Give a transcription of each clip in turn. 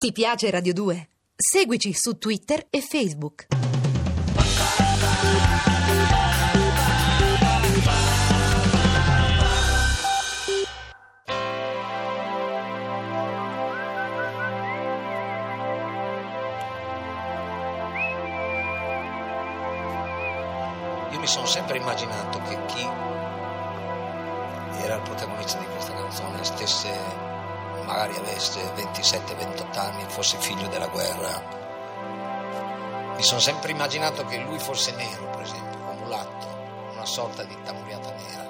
Ti piace Radio 2? Seguici su Twitter e Facebook. Io mi sono sempre immaginato che chi era il protagonista di questa canzone stesse, magari avesse 27-28 anni, fosse figlio della guerra. Mi sono sempre immaginato che lui fosse nero, per esempio, un mulatto, una sorta di tamuriata nera,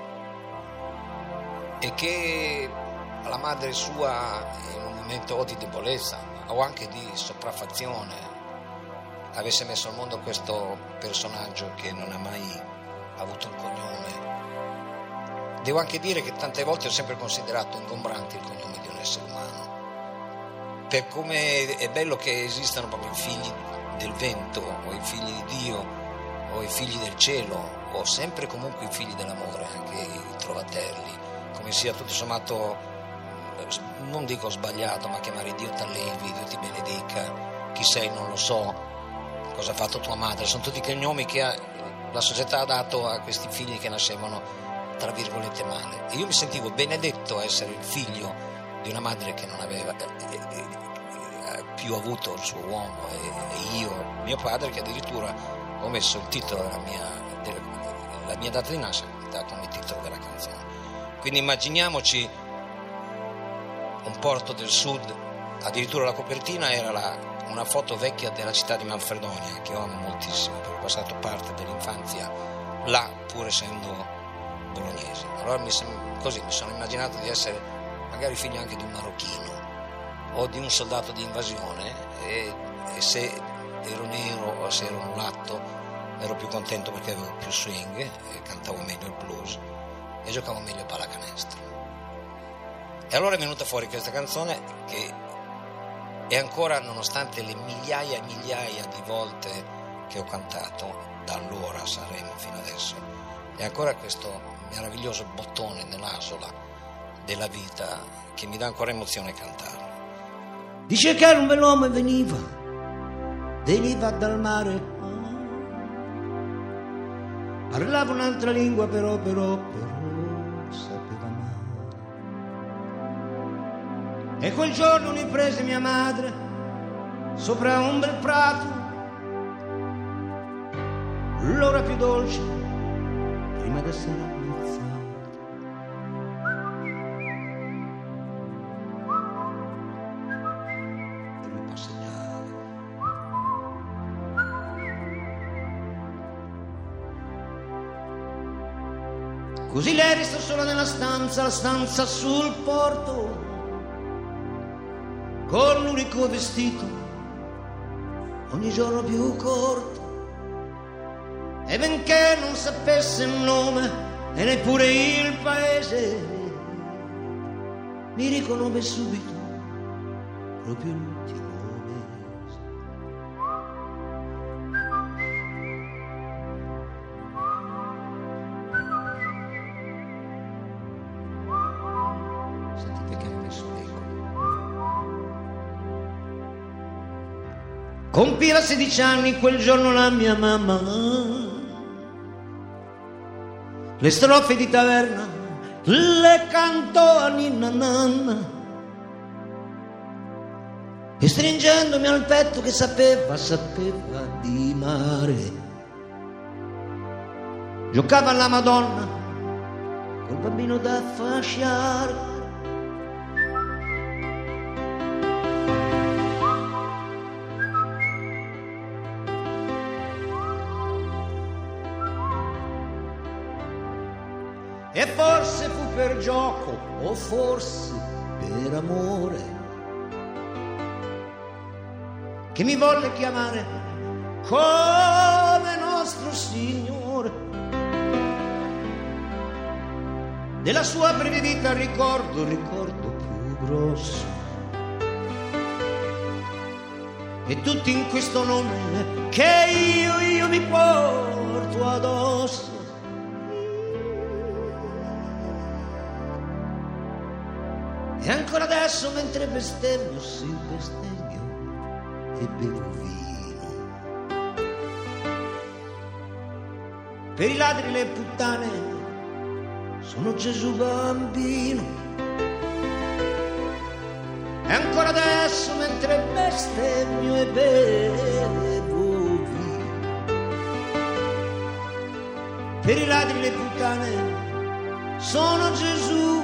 e che la madre sua, in un momento o di debolezza o anche di sopraffazione, avesse messo al mondo questo personaggio che non ha mai avuto un cognome. Devo anche dire che tante volte ho sempre considerato ingombrante il cognome di un essere umano, per come è bello che esistano proprio i figli del vento, o i figli di Dio, o i figli del cielo, o sempre comunque i figli dell'amore, anche i trovatelli, come sia tutto sommato, non dico sbagliato, ma chiamare Dio t'allevi, Dio ti benedica, chi sei non lo so, cosa ha fatto tua madre, sono tutti cognomi che la società ha dato a questi figli che nascevano tra virgolette male. E io mi sentivo benedetto a essere il figlio di una madre che non aveva più avuto il suo uomo, e io, mio padre, che addirittura ho messo il titolo la mia data di nascita come titolo della canzone. Quindi immaginiamoci un porto del sud, addirittura la copertina era una foto vecchia della città di Manfredonia, che io amo moltissimo perché ho passato parte dell'infanzia là, pur essendo bolognese. Allora mi sono immaginato di essere magari figlio anche di un marocchino o di un soldato di invasione, e se ero nero o se ero mulatto ero più contento perché avevo più swing e cantavo meglio il blues e giocavo meglio a pallacanestro. E allora è venuta fuori questa canzone che è ancora, nonostante le migliaia e migliaia di volte che ho cantato da allora a Sanremo fino adesso, è ancora questo meraviglioso bottone nell'asola della vita che mi dà ancora emozione cantarlo. Dice che era un bell'uomo e veniva dal mare, parlava un'altra lingua però sapeva amare. E quel giorno mi prese mia madre sopra un bel prato, l'ora più dolce prima d'essere ammazzato. E mi fa segnare. Così lei resta sola nella stanza, la stanza sul porto, con l'unico vestito ogni giorno più corto. E benché non sapesse il nome e neppure il paese, mi riconobbe subito, proprio l'ultimo mese. Sentite che ho messo l'eco. Compiva 16 anni quel giorno la mia mamma. Le strofe di taverna le cantò a ninna nanna, e stringendomi al petto che sapeva di mare, giocava alla Madonna col bambino da fasciare. E forse fu per gioco o forse per amore che mi volle chiamare come nostro Signore. Della sua breve vita ricordo più grosso, e tutti in questo nome che io mi porto addosso. E ancora adesso mentre bestemmio, sì bestemmio e bevo vino. Per i ladri e le puttane sono Gesù bambino. E ancora adesso mentre bestemmio e bevo vino. Per i ladri e le puttane sono Gesù.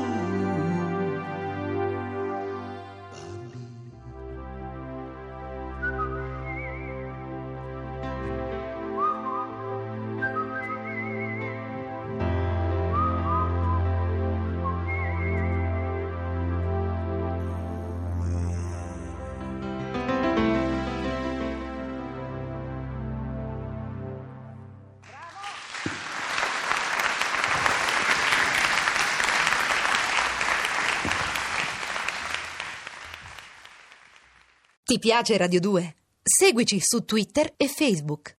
Ti piace Radio 2? Seguici su Twitter e Facebook.